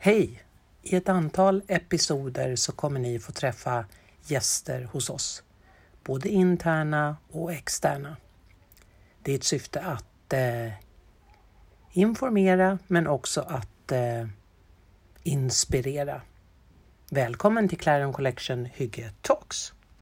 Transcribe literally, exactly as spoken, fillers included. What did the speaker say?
Hej! I ett antal episoder så kommer ni få träffa gäster hos oss. Både interna och externa. Det är ett syfte att eh, informera men också att eh, inspirera. Välkommen till Clarion Collection Hygge Talks!